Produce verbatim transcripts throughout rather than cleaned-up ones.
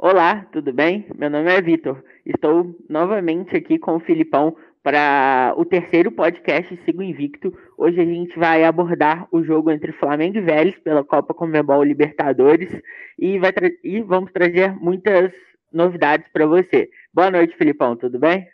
Olá, tudo bem? Meu nome é Vitor. Estou novamente aqui com o Filipão para o terceiro podcast Sigo Invicto. Hoje a gente vai abordar o jogo entre Flamengo e Vélez pela Copa Conmebol Libertadores e, vai tra- e vamos trazer muitas novidades para você. Boa noite, Filipão, tudo bem?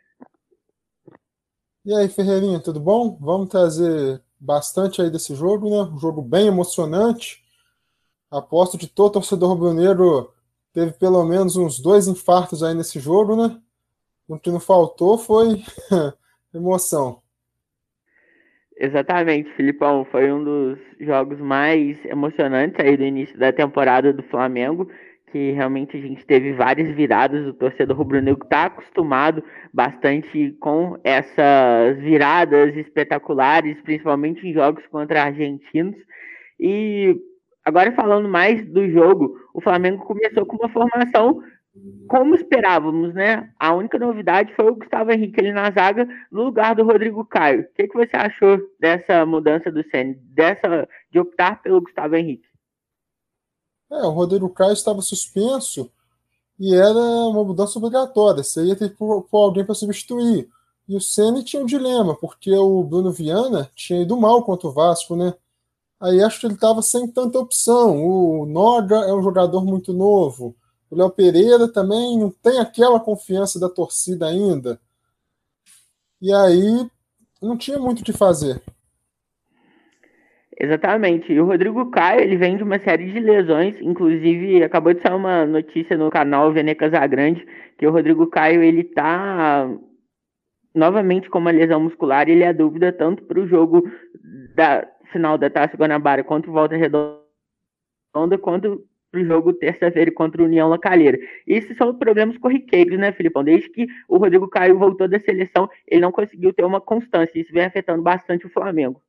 E aí, Ferreirinha, tudo bom? Vamos trazer bastante aí desse jogo, né? Um jogo bem emocionante. Aposto de todo torcedor rubro-negro teve pelo menos uns dois infartos aí nesse jogo, né? O que não faltou foi emoção. Exatamente, Filipão. Foi um dos jogos mais emocionantes aí do início da temporada do Flamengo, que realmente a gente teve várias viradas. O torcedor rubro-negro está acostumado bastante com essas viradas espetaculares, principalmente em jogos contra argentinos. E agora falando mais do jogo, o Flamengo começou com uma formação como esperávamos, né? A única novidade foi o Gustavo Henrique ali na zaga, no lugar do Rodrigo Caio. O que, que você achou dessa mudança do Ceni, dessa de optar pelo Gustavo Henrique? É, o Rodrigo Caio estava suspenso e era uma mudança obrigatória. Você ia ter que pôr pôr alguém para substituir. E o Ceni tinha um dilema, porque o Bruno Viana tinha ido mal contra o Vasco, né? Aí acho que ele estava sem tanta opção. O Noga é um jogador muito novo. O Léo Pereira também não tem aquela confiança da torcida ainda. E aí não tinha muito o que fazer. Exatamente. E o Rodrigo Caio, ele vem de uma série de lesões, inclusive acabou de sair uma notícia no canal Vene Casagrande que o Rodrigo Caio ele tá novamente com uma lesão muscular e ele é dúvida tanto para o jogo da final da Taça Guanabara contra o Volta Redonda quanto para o jogo terça-feira contra o União La Calheira. Esses são problemas corriqueiros, né, Filipão? Desde que o Rodrigo Caio voltou da seleção, ele não conseguiu ter uma constância. Isso vem afetando bastante o Flamengo.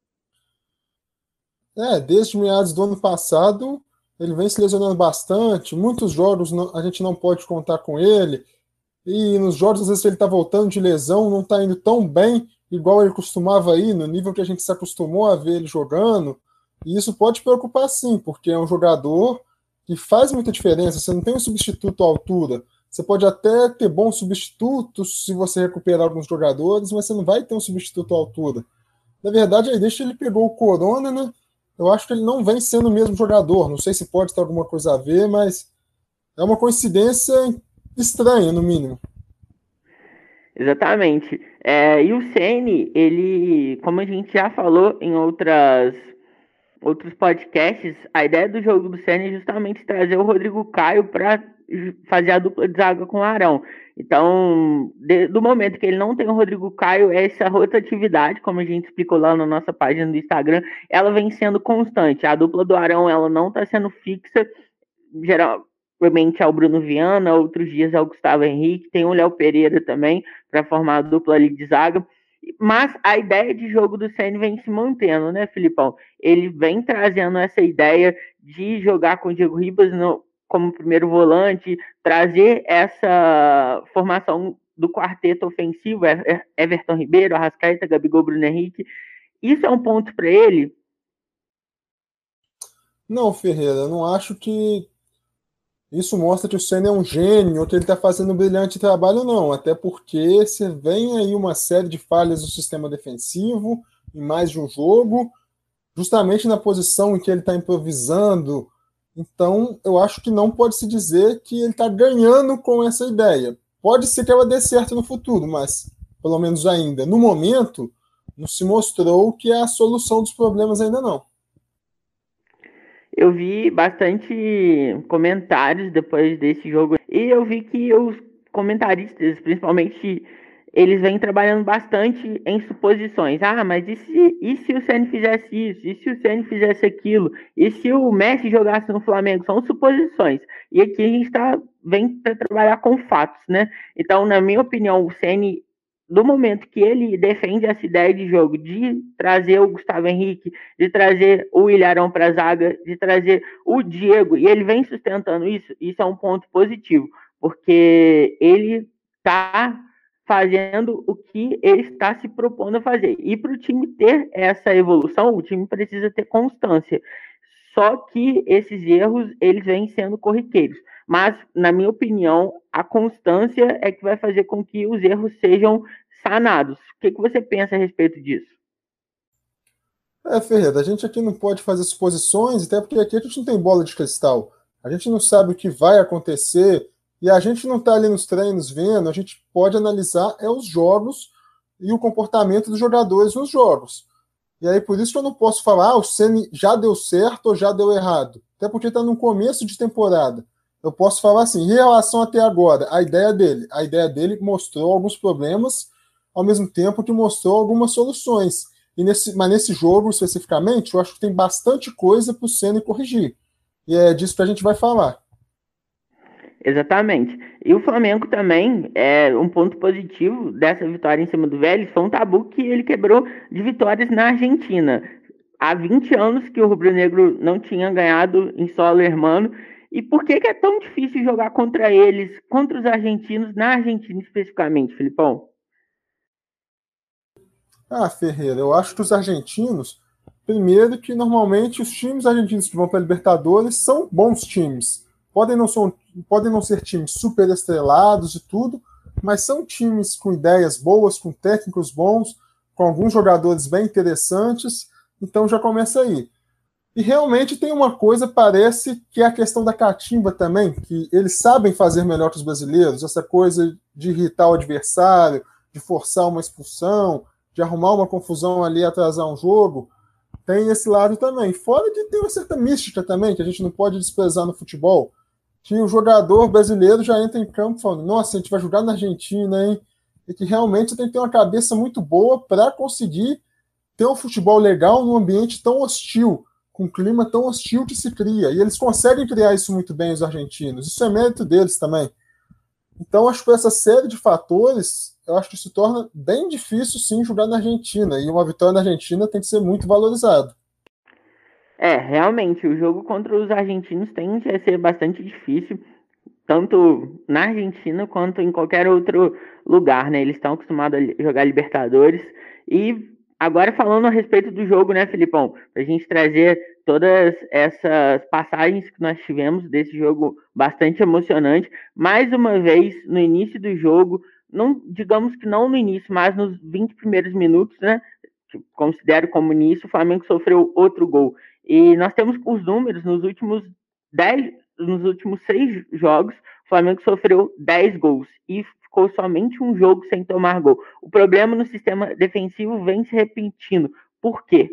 É, desde meados do ano passado, ele vem se lesionando bastante. Muitos jogos não- a gente não pode contar com ele. E nos jogos, às vezes, ele está voltando de lesão, não está indo tão bem igual ele costumava ir, no nível que a gente se acostumou a ver ele jogando. E isso pode preocupar sim, porque é um jogador que faz muita diferença. Você não tem um substituto à altura. Você pode até ter bons substitutos se você recuperar alguns jogadores, mas você não vai ter um substituto à altura. Na verdade, aí desde que ele pegou o Corona, né? Eu acho que ele não vem sendo o mesmo jogador. Não sei se pode ter alguma coisa a ver, mas é uma coincidência estranha, no mínimo. Exatamente. É, e o Ceni, ele, como a gente já falou em outras outros podcasts, a ideia do jogo do Ceni é justamente trazer o Rodrigo Caio para fazer a dupla de zaga com o Arão. Então, de, do momento que ele não tem o Rodrigo Caio, essa rotatividade, como a gente explicou lá na nossa página do Instagram, ela vem sendo constante. A dupla do Arão, ela não está sendo fixa, geralmente é o Bruno Viana, outros dias é o Gustavo Henrique, tem o Léo Pereira também para formar a dupla ali de zaga. Mas a ideia de jogo do Ceni vem se mantendo, né, Filipão? Ele vem trazendo essa ideia de jogar com o Diego Ribas no, como primeiro volante, trazer essa formação do quarteto ofensivo, Everton Ribeiro, Arrascaeta, Gabigol, Bruno Henrique. Isso é um ponto para ele. Não, Ferreira, eu não acho que isso mostra que o Senna é um gênio ou que ele está fazendo um brilhante trabalho, não. Até porque você vem aí uma série de falhas no sistema defensivo em mais de um jogo, justamente na posição em que ele está improvisando. Então, eu acho que não pode se dizer que ele está ganhando com essa ideia. Pode ser que ela dê certo no futuro, mas, pelo menos ainda, no momento, não se mostrou que é a solução dos problemas ainda não. Eu vi bastante comentários depois desse jogo e eu vi que os comentaristas, principalmente, eles vêm trabalhando bastante em suposições. Ah, mas e se, e se o Ceni fizesse isso? E se o Ceni fizesse aquilo? E se o Messi jogasse no Flamengo? São suposições. E aqui a gente tá, vem para trabalhar com fatos, né? Então, na minha opinião, o Ceni do momento que ele defende essa ideia de jogo, de trazer o Gustavo Henrique, de trazer o Ilharão para a zaga, de trazer o Diego, e ele vem sustentando isso, isso é um ponto positivo, porque ele está fazendo o que ele está se propondo a fazer. E para o time ter essa evolução, o time precisa ter constância. Só que esses erros, eles vêm sendo corriqueiros. mas, na minha opinião, a constância é que vai fazer com que os erros sejam sanados. O que, que você pensa a respeito disso? É, Ferreira, a gente aqui não pode fazer suposições, até porque aqui a gente não tem bola de cristal. A gente não sabe o que vai acontecer e a gente não está ali nos treinos vendo, a gente pode analisar é os jogos e o comportamento dos jogadores nos jogos. E aí, por isso que eu não posso falar, ah, o Ceni já deu certo ou já deu errado. Até porque está no começo de temporada. Eu posso falar assim, em relação até agora, a ideia dele. A ideia dele mostrou alguns problemas, ao mesmo tempo que mostrou algumas soluções. E nesse, mas nesse jogo, especificamente, eu acho que tem bastante coisa para o Ceni corrigir. E é disso que a gente vai falar. Exatamente. E o Flamengo também, é um ponto positivo dessa vitória em cima do Vélez, foi um tabu que ele quebrou de vitórias na Argentina. Há vinte anos que o rubro-negro não tinha ganhado em solo hermano. E por que, que é tão difícil jogar contra eles, contra os argentinos, na Argentina especificamente, Filipão? Ah, Ferreira, eu acho que os argentinos, primeiro que normalmente os times argentinos que vão para a Libertadores são bons times. Podem não, ser, podem não ser times super estrelados e tudo, mas são times com ideias boas, com técnicos bons, com alguns jogadores bem interessantes, então já começa aí. E realmente tem uma coisa, parece, que é a questão da catimba também, que eles sabem fazer melhor que os brasileiros, essa coisa de irritar o adversário, de forçar uma expulsão, de arrumar uma confusão ali, atrasar um jogo, tem esse lado também. Fora que tem uma certa mística também, que a gente não pode desprezar no futebol, que o jogador brasileiro já entra em campo falando, nossa, a gente vai jogar na Argentina, hein? E que realmente tem que ter uma cabeça muito boa para conseguir ter um futebol legal num ambiente tão hostil, com um clima tão hostil que se cria. E eles conseguem criar isso muito bem, os argentinos. Isso é mérito deles também. Então, acho que essa série de fatores, eu acho que se torna bem difícil, sim, jogar na Argentina. E uma vitória na Argentina tem que ser muito valorizada. É, realmente, o jogo contra os argentinos tende a ser bastante difícil, tanto na Argentina quanto em qualquer outro lugar, né? Eles estão acostumados a jogar Libertadores. E agora falando a respeito do jogo, né, Filipão? Pra gente trazer todas essas passagens que nós tivemos desse jogo bastante emocionante. Mais uma vez, no início do jogo, não, digamos que não no início, mas nos vinte primeiros minutos, né? Que considero como início, o Flamengo sofreu outro gol. E nós temos os números nos últimos dez, nos últimos seis jogos, o Flamengo sofreu dez gols e ficou somente um jogo sem tomar gol. O problema no sistema defensivo vem se repetindo. Por quê?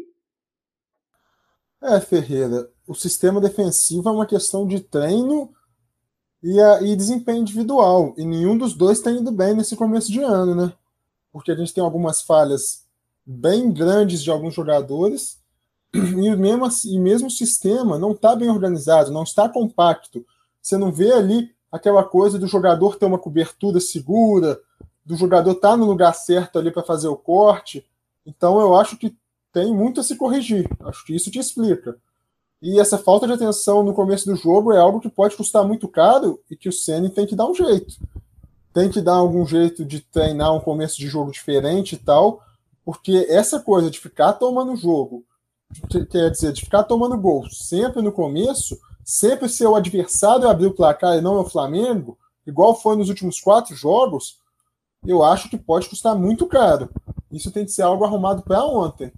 É, Ferreira, o sistema defensivo é uma questão de treino e, a, e desempenho individual. E nenhum dos dois está indo bem nesse começo de ano, né? Porque a gente tem algumas falhas bem grandes de alguns jogadores e mesmo, assim, e mesmo o sistema não está bem organizado, não está compacto. Você não vê ali aquela coisa do jogador ter uma cobertura segura, do jogador estar tá no lugar certo ali para fazer o corte. Então eu acho que tem muito a se corrigir. Acho que isso te explica. E essa falta de atenção no começo do jogo é algo que pode custar muito caro e que o Ceni tem que dar um jeito. Tem que dar algum jeito de treinar um começo de jogo diferente e tal, porque essa coisa de ficar tomando jogo, quer dizer, de ficar tomando gol sempre no começo, sempre ser o adversário abrir o placar e não é o Flamengo, igual foi nos últimos quatro jogos, eu acho que pode custar muito caro. Isso tem que ser algo arrumado para ontem.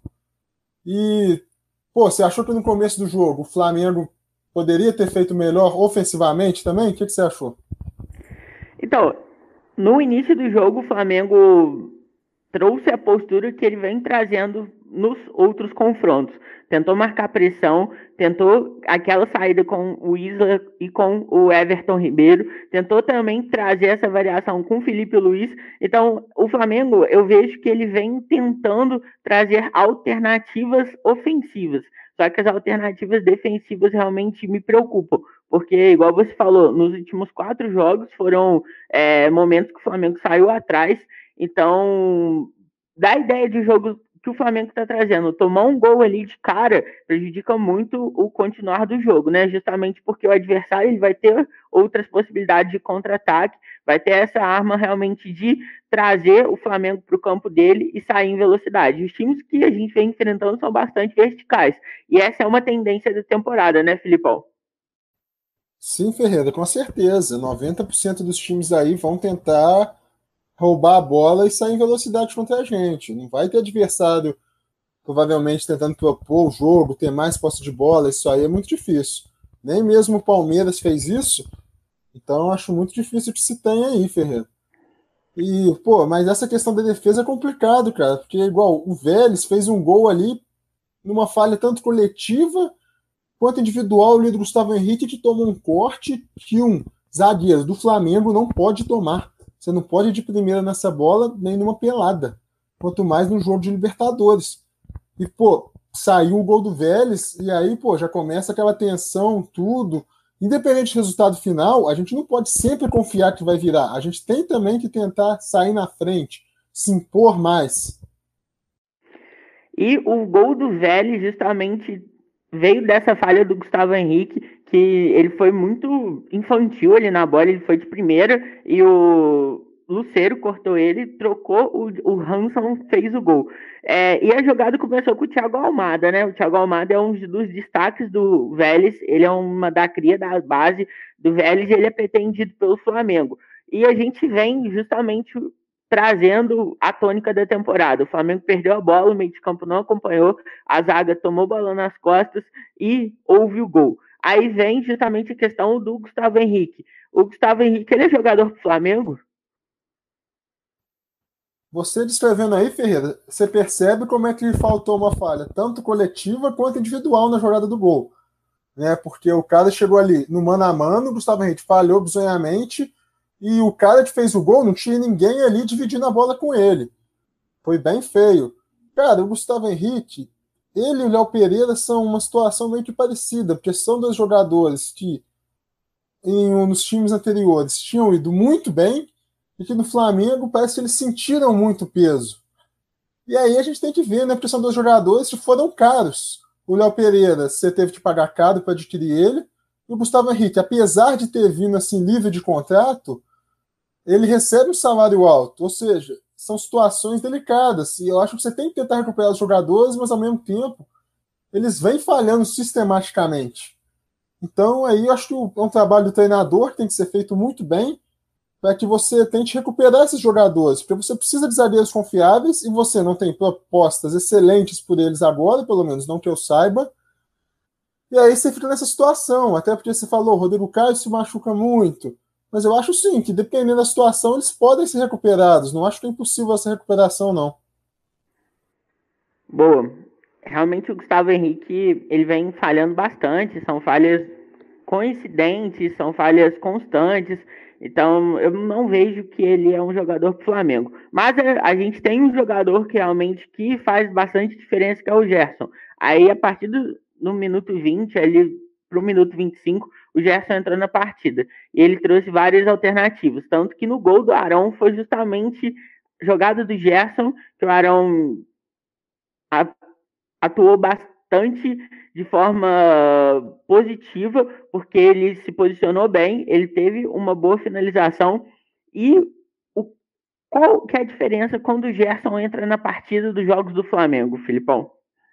E, pô, você achou que no começo do jogo o Flamengo poderia ter feito melhor ofensivamente também? O que, que você achou? Então, no início do jogo, o Flamengo trouxe a postura que ele vem trazendo nos outros confrontos. Tentou marcar pressão, tentou aquela saída com o Isla e com o Everton Ribeiro, tentou também trazer essa variação com o Felipe Luiz. Então, o Flamengo, eu vejo que ele vem tentando trazer alternativas ofensivas. Só que as alternativas defensivas realmente me preocupam, porque, igual você falou, nos últimos quatro jogos foram é, momentos que o Flamengo saiu atrás. Então, dá a ideia de jogo que o Flamengo está trazendo. Tomar um gol ali de cara prejudica muito o continuar do jogo, né? Justamente porque o adversário ele vai ter outras possibilidades de contra-ataque, vai ter essa arma realmente de trazer o Flamengo para o campo dele e sair em velocidade. Os times que a gente vem enfrentando são bastante verticais. E essa é uma tendência da temporada, né, Filipão? Sim, Ferreira, com certeza. noventa por cento dos times aí vão tentar roubar a bola e sair em velocidade contra a gente. Não vai ter adversário provavelmente tentando propor o jogo, ter mais posse de bola, isso aí é muito difícil. Nem mesmo o Palmeiras fez isso, então acho muito difícil que se tenha aí, Ferreira. E, pô, mas essa questão da defesa é complicado, cara, porque igual o Vélez fez um gol ali numa falha tanto coletiva quanto individual, o líder Gustavo Henrique que toma um corte que um zagueiro do Flamengo não pode tomar. Você não pode ir de primeira nessa bola nem numa pelada, quanto mais no jogo de Libertadores. E, pô, saiu o gol do Vélez, e aí, pô, já começa aquela tensão, tudo. Independente do resultado final, a gente não pode sempre confiar que vai virar. A gente tem também que tentar sair na frente, se impor mais. E o gol do Vélez justamente veio dessa falha do Gustavo Henrique, que ele foi muito infantil ali na bola, ele foi de primeira e o Lucero cortou ele, trocou, o, o Hanson fez o gol. É, e a jogada começou com o Thiago Almada, né? O Thiago Almada é um dos destaques do Vélez, ele é uma da cria da base do Vélez, ele é pretendido pelo Flamengo. E a gente vem justamente trazendo a tônica da temporada. O Flamengo perdeu a bola, o meio de campo não acompanhou, a zaga tomou o balão nas costas e houve o gol. Aí vem justamente a questão do Gustavo Henrique. O Gustavo Henrique, ele é jogador do Flamengo? Você descrevendo aí, Ferreira, você percebe como é que faltou uma falha, tanto coletiva quanto individual na jogada do gol. Né? Porque o cara chegou ali no mano a mano, o Gustavo Henrique falhou bizonhamente, e o cara que fez o gol não tinha ninguém ali dividindo a bola com ele. Foi bem feio. Cara, o Gustavo Henrique, ele e o Léo Pereira são uma situação meio que parecida, porque são dois jogadores que em, nos times anteriores tinham ido muito bem, e que no Flamengo parece que eles sentiram muito peso. E aí a gente tem que ver, né? Porque são dois jogadores que foram caros. O Léo Pereira, você teve que pagar caro para adquirir ele. E o Gustavo Henrique, apesar de ter vindo assim livre de contrato, ele recebe um salário alto. Ou seja, são situações delicadas. E eu acho que você tem que tentar recuperar os jogadores, mas ao mesmo tempo eles vêm falhando sistematicamente. Então aí eu acho que é um trabalho do treinador que tem que ser feito muito bem para que você tente recuperar esses jogadores, porque você precisa de zagueiros confiáveis e você não tem propostas excelentes por eles agora, pelo menos não que eu saiba. E aí você fica nessa situação, até porque você falou, o Rodrigo Caio se machuca muito. Mas eu acho sim que, dependendo da situação, eles podem ser recuperados. Não acho que é impossível essa recuperação, não. Boa. Realmente o Gustavo Henrique, ele vem falhando bastante, são falhas coincidentes, são falhas constantes. Então, eu não vejo que ele é um jogador pro Flamengo. Mas a, a gente tem um jogador que realmente que faz bastante diferença, que é o Gerson. Aí, a partir do no minuto vinte, ali pro minuto vinte e cinco, o Gerson entrou na partida. E ele trouxe várias alternativas. Tanto que no gol do Arão foi justamente jogada do Gerson, que o Arão atuou bastante de forma positiva, porque ele se posicionou bem, ele teve uma boa finalização. E o, qual que é a diferença quando o Gerson entra na partida dos jogos do Flamengo, Filipão?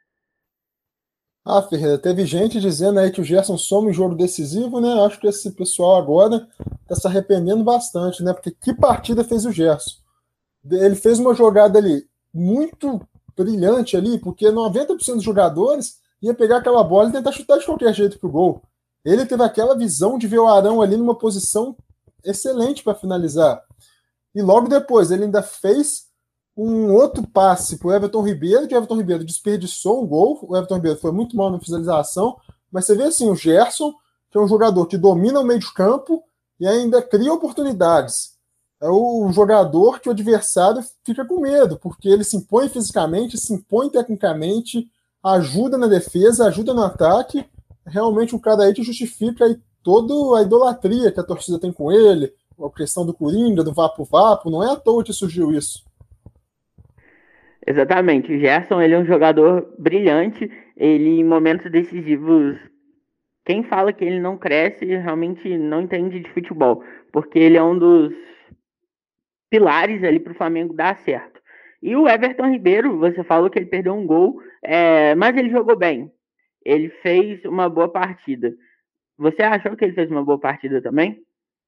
Ah, Ferreira, teve gente dizendo aí que o Gerson some em jogo decisivo, né? Acho que esse pessoal agora está se arrependendo bastante, né? Porque que partida fez o Gerson? Ele fez uma jogada ali muito brilhante ali, porque noventa por cento dos jogadores ia pegar aquela bola e tentar chutar de qualquer jeito pro gol. Ele teve aquela visão de ver o Arão ali numa posição excelente para finalizar. E logo depois ele ainda fez um outro passe para o Everton Ribeiro, que o Everton Ribeiro desperdiçou um gol. O Everton Ribeiro foi muito mal na finalização, mas você vê assim, o Gerson, que é um jogador que domina o meio de campo e ainda cria oportunidades. É o jogador que o adversário fica com medo, porque ele se impõe fisicamente, se impõe tecnicamente, ajuda na defesa, ajuda no ataque. Realmente um cara aí que justifica aí toda a idolatria que a torcida tem com ele, a questão do Coringa, do Vapo Vapo, não é à toa que surgiu isso. Exatamente, o Gerson, ele é um jogador brilhante, ele em momentos decisivos, quem fala que ele não cresce realmente não entende de futebol, porque ele é um dos pilares ali para o Flamengo dar certo. E o Everton Ribeiro, você falou que ele perdeu um gol, é, mas ele jogou bem. Ele fez uma boa partida. Você achou que ele fez uma boa partida também?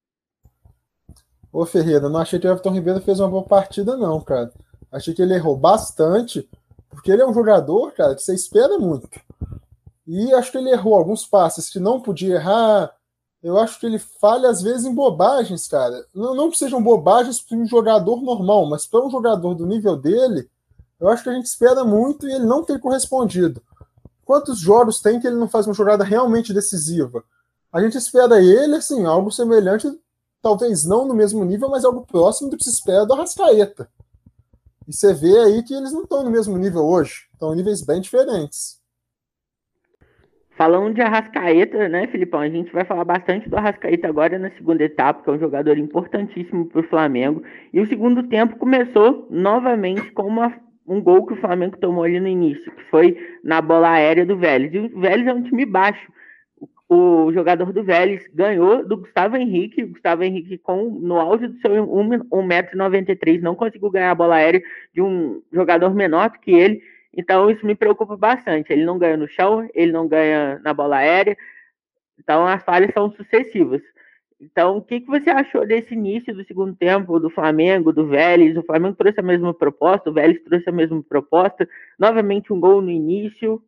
Ô Ferreira, não achei que o Everton Ribeiro fez uma boa partida, não, cara. Achei que ele errou bastante, porque ele é um jogador, cara, que você espera muito. E acho que ele errou alguns passes que não podia errar. Eu acho que ele falha, às vezes, em bobagens, cara. Não, não que sejam bobagens para um jogador normal, mas para um jogador do nível dele, eu acho que a gente espera muito e ele não tem correspondido. Quantos jogos tem que ele não faz uma jogada realmente decisiva? A gente espera ele, assim, algo semelhante, talvez não no mesmo nível, mas algo próximo do que se espera do Arrascaeta. E você vê aí que eles não estão no mesmo nível hoje, estão em níveis bem diferentes. Falando de Arrascaeta, né, Filipão? A gente vai falar bastante do Arrascaeta agora na segunda etapa, que é um jogador importantíssimo para o Flamengo. E o segundo tempo começou novamente com uma, um gol que o Flamengo tomou ali no início, que foi na bola aérea do Vélez. E o Vélez é um time baixo. O, o jogador do Vélez ganhou do Gustavo Henrique. O Gustavo Henrique, com, no auge do seu um metro e noventa e três, não conseguiu ganhar a bola aérea de um jogador menor do que ele. Então isso me preocupa bastante. Ele não ganha no chão, ele não ganha na bola aérea. Então as falhas são sucessivas. Então, o que, que você achou desse início do segundo tempo do Flamengo, do Vélez? O Flamengo trouxe a mesma proposta, o Vélez trouxe a mesma proposta. Novamente um gol no início.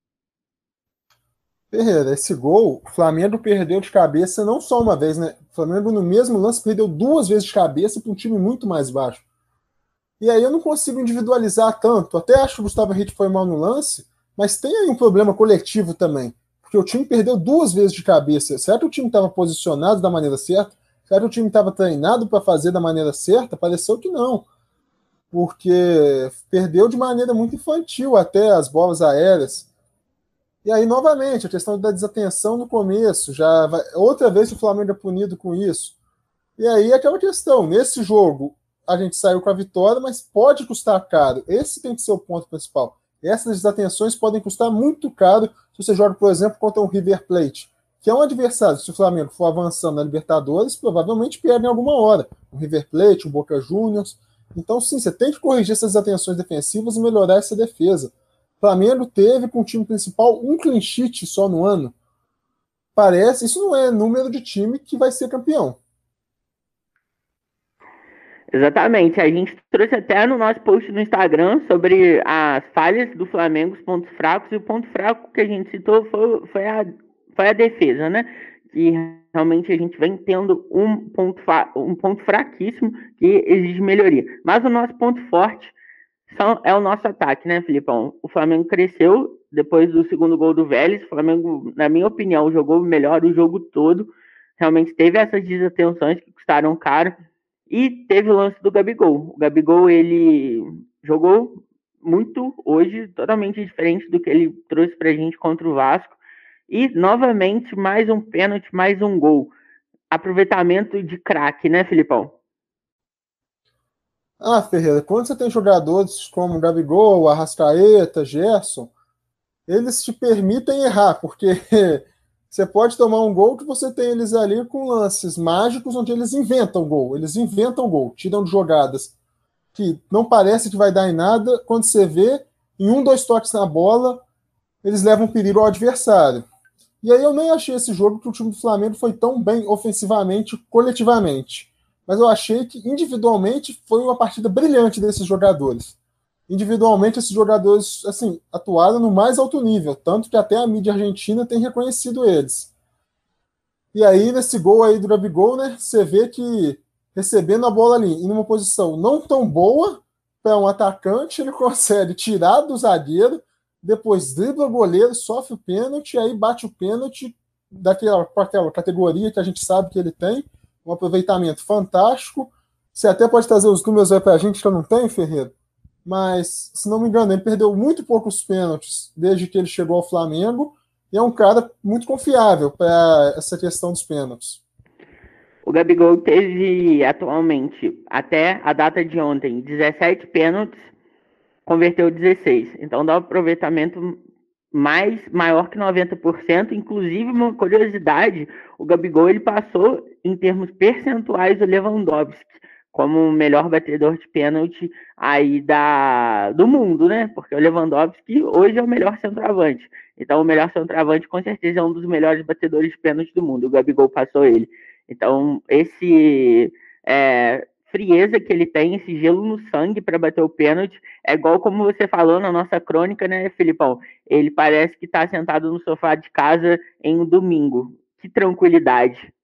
Ferreira, esse gol, o Flamengo perdeu de cabeça não só uma vez, né? O Flamengo no mesmo lance perdeu duas vezes de cabeça para um time muito mais baixo. E aí eu não consigo individualizar tanto. Até acho que o Gustavo Henrique foi mal no lance, mas tem aí um problema coletivo também. Porque o time perdeu duas vezes de cabeça. Será que o time estava posicionado da maneira certa? Será que o time estava treinado para fazer da maneira certa? Pareceu que não. Porque perdeu de maneira muito infantil até as bolas aéreas. E aí, novamente, a questão da desatenção no começo. Já vai... Outra vez o Flamengo é punido com isso. E aí, aquela questão. Nesse jogo, a gente saiu com a vitória, mas pode custar caro. Esse tem que ser o ponto principal. Essas desatenções podem custar muito caro se você joga, por exemplo, contra um River Plate, que é um adversário. Se o Flamengo for avançando na Libertadores, provavelmente perde em alguma hora. Um River Plate, um Boca Juniors. Então, sim, você tem que corrigir essas desatenções defensivas e melhorar essa defesa. O Flamengo teve, com o time principal, um clean sheet só no ano. Parece, isso não é número de time que vai ser campeão. Exatamente. A gente trouxe até no nosso post no Instagram sobre as falhas do Flamengo, os pontos fracos, e o ponto fraco que a gente citou foi, foi, a, foi a defesa, né? Que realmente a gente vem tendo um ponto, um ponto fraquíssimo que exige melhoria. Mas o nosso ponto forte são, é o nosso ataque, né, Filipão? O Flamengo cresceu depois do segundo gol do Vélez. O Flamengo, na minha opinião, jogou melhor o jogo todo. Realmente teve essas desatenções que custaram caro. E teve o lance do Gabigol. O Gabigol, ele jogou muito hoje, totalmente diferente do que ele trouxe pra gente contra o Vasco. E, novamente, mais um pênalti, mais um gol. Aproveitamento de craque, né, Filipão? Ah, Ferreira, quando você tem jogadores como Gabigol, Arrascaeta, Gerson, eles te permitem errar, porque você pode tomar um gol que você tem eles ali com lances mágicos onde eles inventam gol. Eles inventam gol, tiram jogadas que não parece que vai dar em nada. Quando você vê, em um, dois toques na bola, eles levam perigo ao adversário. E aí eu nem achei esse jogo que o time do Flamengo foi tão bem ofensivamente, coletivamente. Mas eu achei que individualmente foi uma partida brilhante desses jogadores. Individualmente, esses jogadores assim, atuaram no mais alto nível, tanto que até a mídia argentina tem reconhecido eles. E aí, nesse gol aí do Gabigol, né, você vê que recebendo a bola ali em uma posição não tão boa para um atacante, ele consegue tirar do zagueiro, depois dribla o goleiro, sofre o pênalti, aí bate o pênalti daquela, aquela categoria que a gente sabe que ele tem, um aproveitamento fantástico. Você até pode trazer os números aí para a gente que eu não tenho, Ferreira, mas, se não me engano, ele perdeu muito poucos pênaltis desde que ele chegou ao Flamengo e é um cara muito confiável para essa questão dos pênaltis. O Gabigol teve atualmente, até a data de ontem, dezessete pênaltis, converteu dezesseis. Então dá um aproveitamento mais, maior que noventa por cento. Inclusive, uma curiosidade, o Gabigol ele passou, em termos percentuais, o Lewandowski, como o melhor batedor de pênalti aí da, do mundo, né? Porque o Lewandowski hoje é o melhor centroavante. Então, o melhor centroavante, com certeza, é um dos melhores batedores de pênalti do mundo. O Gabigol passou ele. Então, esse é, frieza que ele tem, esse gelo no sangue para bater o pênalti, é igual como você falou na nossa crônica, né, Filipão? Ele parece que está sentado no sofá de casa em um domingo. Que tranquilidade.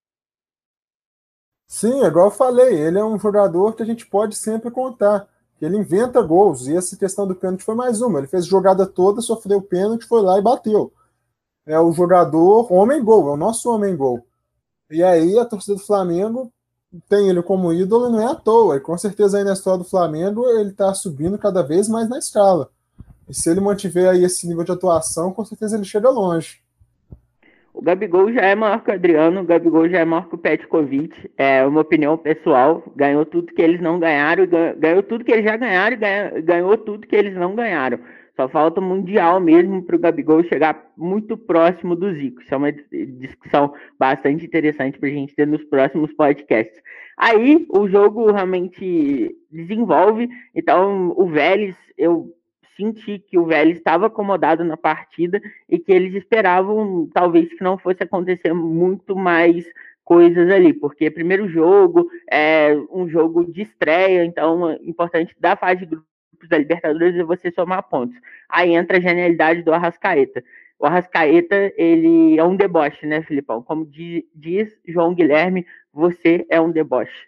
Sim, igual eu falei, ele é um jogador que a gente pode sempre contar. Ele inventa gols, e essa questão do pênalti foi mais uma. Ele fez jogada toda, sofreu o pênalti, foi lá e bateu. É o jogador homem-gol, é o nosso homem-gol. E aí a torcida do Flamengo tem ele como ídolo e não é à toa. E com certeza aí na história do Flamengo ele está subindo cada vez mais na escala. E se ele mantiver aí esse nível de atuação, com certeza ele chega longe. O Gabigol já é maior que o Adriano, o Gabigol já é maior que o Petkovic, é uma opinião pessoal, ganhou tudo que eles não ganharam, ganhou tudo que eles já ganharam e ganhou tudo que eles não ganharam. Só falta o Mundial mesmo para o Gabigol chegar muito próximo do Zico. Isso é uma discussão bastante interessante para a gente ter nos próximos podcasts. Aí o jogo realmente desenvolve, então o Vélez, eu senti que o Vélez estava acomodado na partida e que eles esperavam, talvez, que não fosse acontecer muito mais coisas ali, porque primeiro jogo é um jogo de estreia, então é importante da fase de grupos da Libertadores é você somar pontos. Aí entra a genialidade do Arrascaeta. O Arrascaeta, ele é um deboche, né, Filipão? Como diz, diz João Guilherme, você é um deboche.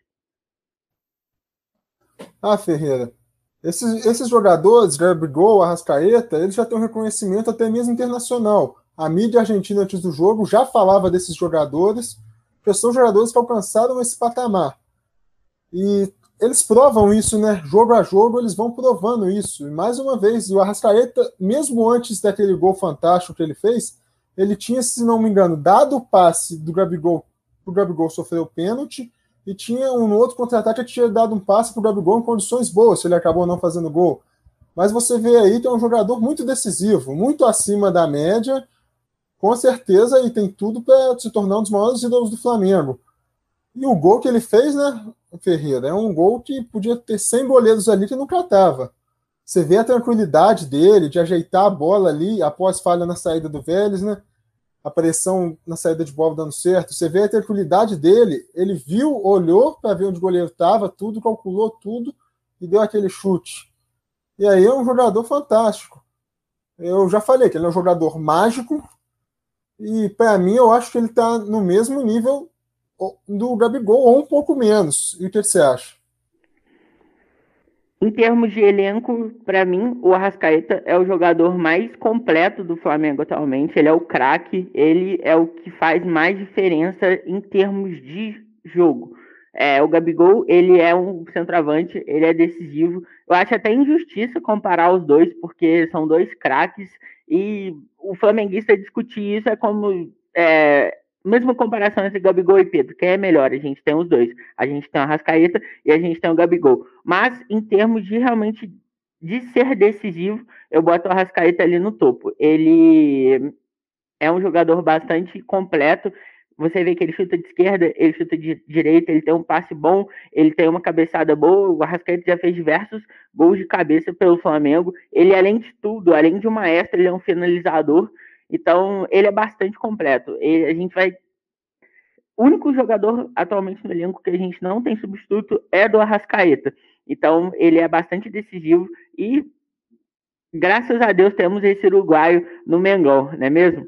Ah, Ferreira, esses, esses jogadores, Gabigol, Arrascaeta, eles já têm um reconhecimento até mesmo internacional. A mídia argentina antes do jogo já falava desses jogadores, que são jogadores que alcançaram esse patamar. E eles provam isso, né? Jogo a jogo, eles vão provando isso. E mais uma vez, o Arrascaeta, mesmo antes daquele gol fantástico que ele fez, ele tinha, se não me engano, dado o passe do Gabigol, o Gabigol sofreu o pênalti, e tinha um outro contra-ataque que tinha dado um passe para o Gabigol em condições boas, se ele acabou não fazendo gol. Mas você vê aí que é um jogador muito decisivo, muito acima da média, com certeza, e tem tudo para se tornar um dos maiores ídolos do Flamengo. E o gol que ele fez, né, Ferreira, é um gol que podia ter cem goleiros ali que não catava. Você vê a tranquilidade dele de ajeitar a bola ali após falha na saída do Vélez, né? A pressão na saída de bola dando certo. Você vê a tranquilidade dele, ele viu, olhou para ver onde o goleiro estava, tudo, calculou tudo e deu aquele chute. E aí é um jogador fantástico. Eu já falei que ele é um jogador mágico e para mim eu acho que ele está no mesmo nível do Gabigol ou um pouco menos. E o que você acha? Em termos de elenco, para mim, o Arrascaeta é o jogador mais completo do Flamengo atualmente. Ele é o craque, ele é o que faz mais diferença em termos de jogo. É, o Gabigol, ele é um centroavante, ele é decisivo. Eu acho até injustiça comparar os dois, porque são dois craques e o flamenguista discutir isso é como é, mesma comparação entre Gabigol e Pedro. Quem é melhor? A gente tem os dois. A gente tem o Arrascaeta e a gente tem o Gabigol. Mas, em termos de realmente de ser decisivo, eu boto o Arrascaeta ali no topo. Ele é um jogador bastante completo. Você vê que ele chuta de esquerda, ele chuta de direita, ele tem um passe bom, ele tem uma cabeçada boa. O Arrascaeta já fez diversos gols de cabeça pelo Flamengo. Ele, além de tudo, além de um maestro, ele é um finalizador. Então, ele é bastante completo. Ele, a gente vai. O único jogador atualmente no elenco que a gente não tem substituto é do Arrascaeta. Então, ele é bastante decisivo e, graças a Deus, temos esse uruguaio no Mengão, não é mesmo?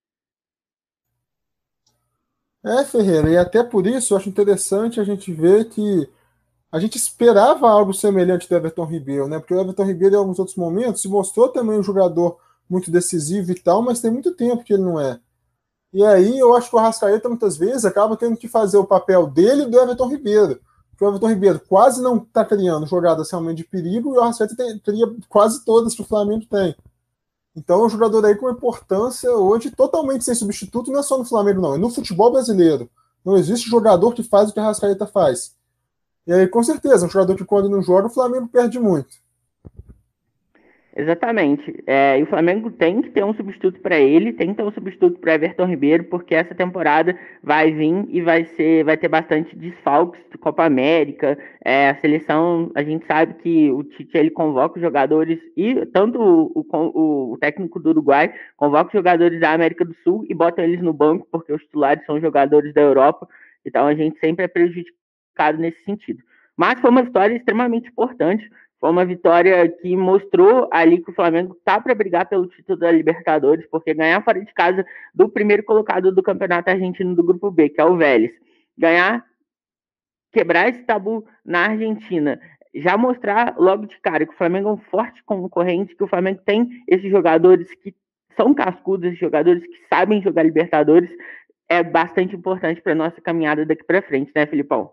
É, Ferreira, e até por isso eu acho interessante a gente ver que a gente esperava algo semelhante do Everton Ribeiro, né? Porque o Everton Ribeiro, em alguns outros momentos, se mostrou também um jogador muito decisivo e tal, mas tem muito tempo que ele não é. E aí eu acho que o Arrascaeta, muitas vezes, acaba tendo que fazer o papel dele e do Everton Ribeiro. Porque o Everton Ribeiro quase não está criando jogadas realmente de perigo e o Arrascaeta tem, cria quase todas que o Flamengo tem. Então é um jogador aí com importância hoje totalmente sem substituto, não é só no Flamengo, não. É no futebol brasileiro. Não existe jogador que faz o que o Arrascaeta faz. E aí, com certeza, um jogador que quando não joga, o Flamengo perde muito. Exatamente. É, e o Flamengo tem que ter um substituto para ele, tem que ter um substituto para Everton Ribeiro, porque essa temporada vai vir e vai ser, vai ter bastante desfalques de Copa América. É, a seleção, a gente sabe que o Tite ele convoca os jogadores e tanto o, o, o técnico do Uruguai convoca os jogadores da América do Sul e bota eles no banco, porque os titulares são jogadores da Europa. Então a gente sempre é prejudicado nesse sentido. Mas foi uma vitória extremamente importante. Foi uma vitória que mostrou ali que o Flamengo tá para brigar pelo título da Libertadores, porque ganhar fora de casa do primeiro colocado do Campeonato Argentino do Grupo B, que é o Vélez, ganhar, quebrar esse tabu na Argentina, já mostrar logo de cara que o Flamengo é um forte concorrente, que o Flamengo tem esses jogadores que são cascudos, esses jogadores que sabem jogar Libertadores, é bastante importante para nossa caminhada daqui para frente, né, Filipão?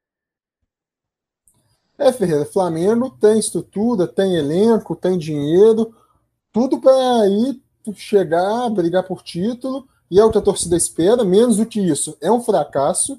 É, Ferreira, Flamengo tem estrutura, tem elenco, tem dinheiro, tudo para ir chegar, brigar por título, e é o que a torcida espera, menos do que isso. É um fracasso,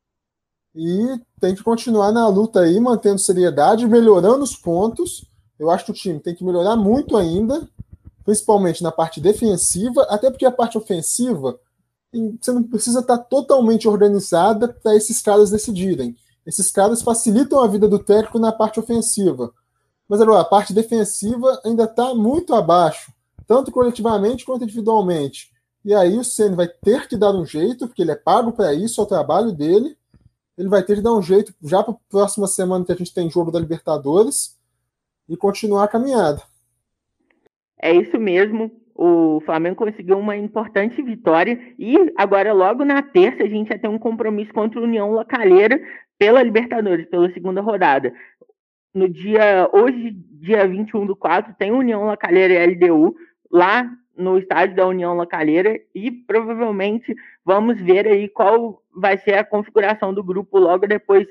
e tem que continuar na luta aí, mantendo seriedade, melhorando os pontos. Eu acho que o time tem que melhorar muito ainda, principalmente na parte defensiva, até porque a parte ofensiva, você não precisa estar totalmente organizada para esses caras decidirem. Esses caras facilitam a vida do técnico na parte ofensiva. Mas agora, a parte defensiva ainda está muito abaixo, tanto coletivamente quanto individualmente. E aí o Ceni vai ter que dar um jeito, porque ele é pago para isso, é o trabalho dele. Ele vai ter que dar um jeito já para a próxima semana que a gente tem jogo da Libertadores e continuar a caminhada. É isso mesmo. O Flamengo conseguiu uma importante vitória e agora logo na terça a gente já tem um compromisso contra o União La Calera pela Libertadores, pela segunda rodada. No dia, hoje, dia vinte e um do quatro, tem União La Calera e L D U lá no estádio da União La Calera e provavelmente vamos ver aí qual vai ser a configuração do grupo logo depois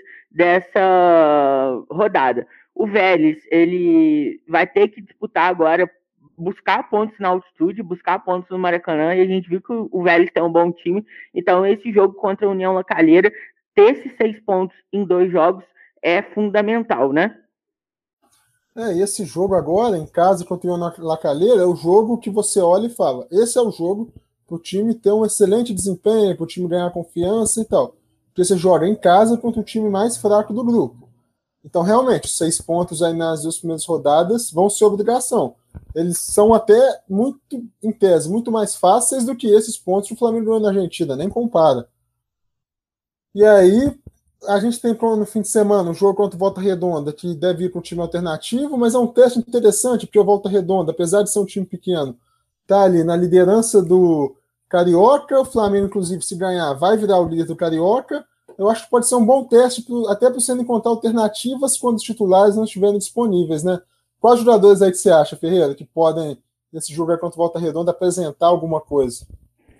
dessa rodada. O Vélez, ele vai ter que disputar agora, buscar pontos na altitude, buscar pontos no Maracanã, e a gente viu que o Vélez tem um bom time, então esse jogo contra a União La Calera, ter esses seis pontos em dois jogos é fundamental, né? É, e esse jogo agora, em casa contra o La Calera, é o jogo que você olha e fala, esse é o jogo para o time ter um excelente desempenho, para o time ganhar confiança e tal. Porque você joga em casa contra o time mais fraco do grupo. Então, realmente, seis pontos aí nas duas primeiras rodadas vão ser obrigação. Eles são até muito, em tese, muito mais fáceis do que esses pontos que o Flamengo ganhou na Argentina, nem compara. E aí, a gente tem no fim de semana um jogo contra o Volta Redonda, que deve ir com um time alternativo, mas é um teste interessante, porque o Volta Redonda, apesar de ser um time pequeno, tá ali na liderança do Carioca. O Flamengo, inclusive, se ganhar, vai virar o líder do Carioca. Eu acho que pode ser um bom teste, pro, até para você encontrar alternativas quando os titulares não estiverem disponíveis, né? Quais jogadores aí que você acha, Ferreira, que podem, nesse jogo aí contra o Volta Redonda, apresentar alguma coisa?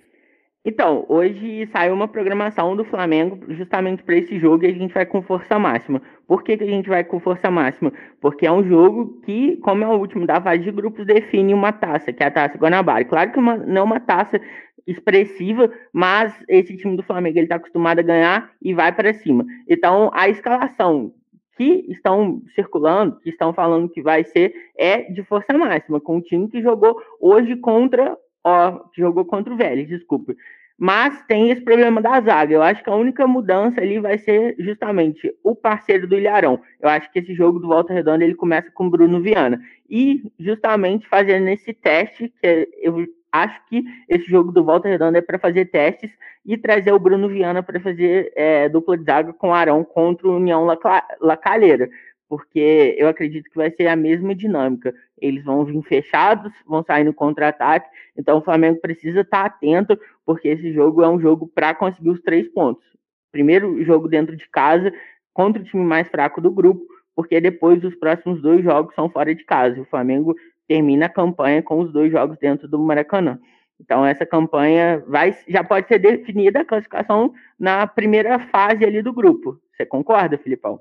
Então, hoje saiu uma programação do Flamengo justamente para esse jogo e a gente vai com força máxima. Por que, que a gente vai com força máxima? Porque é um jogo que, como é o último da fase de grupos, define uma taça, que é a Taça Guanabara. Claro que uma, não é uma taça expressiva, mas esse time do Flamengo ele está acostumado a ganhar e vai para cima. Então, a escalação que estão circulando, que estão falando que vai ser, é de força máxima, com o time que jogou hoje contra, ó, que jogou contra o Vélez, desculpa. Mas tem esse problema da zaga. Eu acho que a única mudança ali vai ser justamente o parceiro do Ilharão. Eu acho que esse jogo do Volta Redonda ele começa com o Bruno Viana. E justamente fazendo esse teste, que eu acho que esse jogo do Volta Redonda é para fazer testes e trazer o Bruno Viana para fazer é, dupla de zaga com o Arão contra o União La Calera. Porque eu acredito que vai ser a mesma dinâmica. Eles vão vir fechados, vão sair no contra-ataque. Então o Flamengo precisa estar atento, porque esse jogo é um jogo para conseguir os três pontos. Primeiro jogo dentro de casa, contra o time mais fraco do grupo, porque depois os próximos dois jogos são fora de casa. O Flamengo termina a campanha com os dois jogos dentro do Maracanã. Então essa campanha vai, já pode ser definida a classificação na primeira fase ali do grupo. Você concorda, Filipão?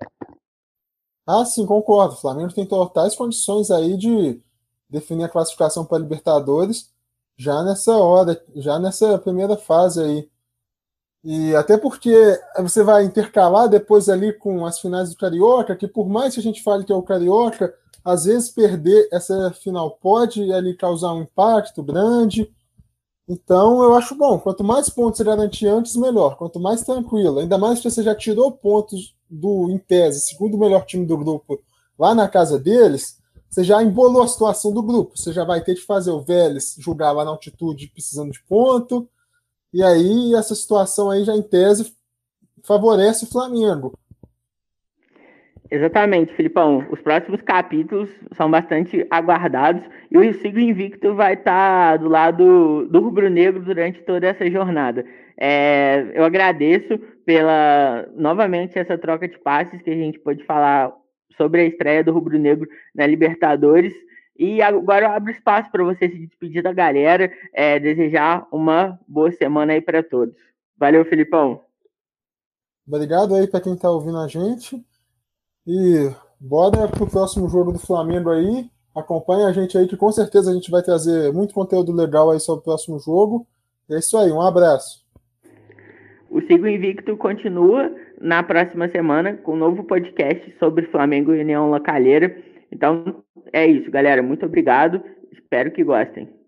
Ah, sim, concordo. O Flamengo tem totais condições aí de definir a classificação para a Libertadores já nessa hora, já nessa primeira fase aí. E até porque você vai intercalar depois ali com as finais do Carioca, que por mais que a gente fale que é o Carioca, às vezes perder essa final pode ali causar um impacto grande. Então, eu acho bom. Quanto mais pontos você garantir antes, melhor. Quanto mais tranquilo. Ainda mais se você já tirou pontos do, em tese, segundo melhor time do grupo, lá na casa deles, você já embolou a situação do grupo. Você já vai ter de fazer o Vélez jogar lá na altitude precisando de ponto. E aí, essa situação aí já, em tese, favorece o Flamengo. Exatamente, Filipão. Os próximos capítulos são bastante aguardados e o Sigo Invicto vai estar do lado do rubro-negro durante toda essa jornada. É, eu agradeço pela, novamente, essa troca de passes que a gente pôde falar sobre a estreia do rubro-negro na Libertadores. E agora eu abro espaço para você se despedir da galera, é, desejar uma boa semana aí para todos. Valeu, Filipão. Obrigado aí para quem está ouvindo a gente. E bora pro próximo jogo do Flamengo aí. Acompanha a gente aí, que com certeza a gente vai trazer muito conteúdo legal aí sobre o próximo jogo. É isso aí, um abraço. O Sigo Invicto continua na próxima semana com um novo podcast sobre Flamengo e União La Calera. Então é isso, galera. Muito obrigado. Espero que gostem.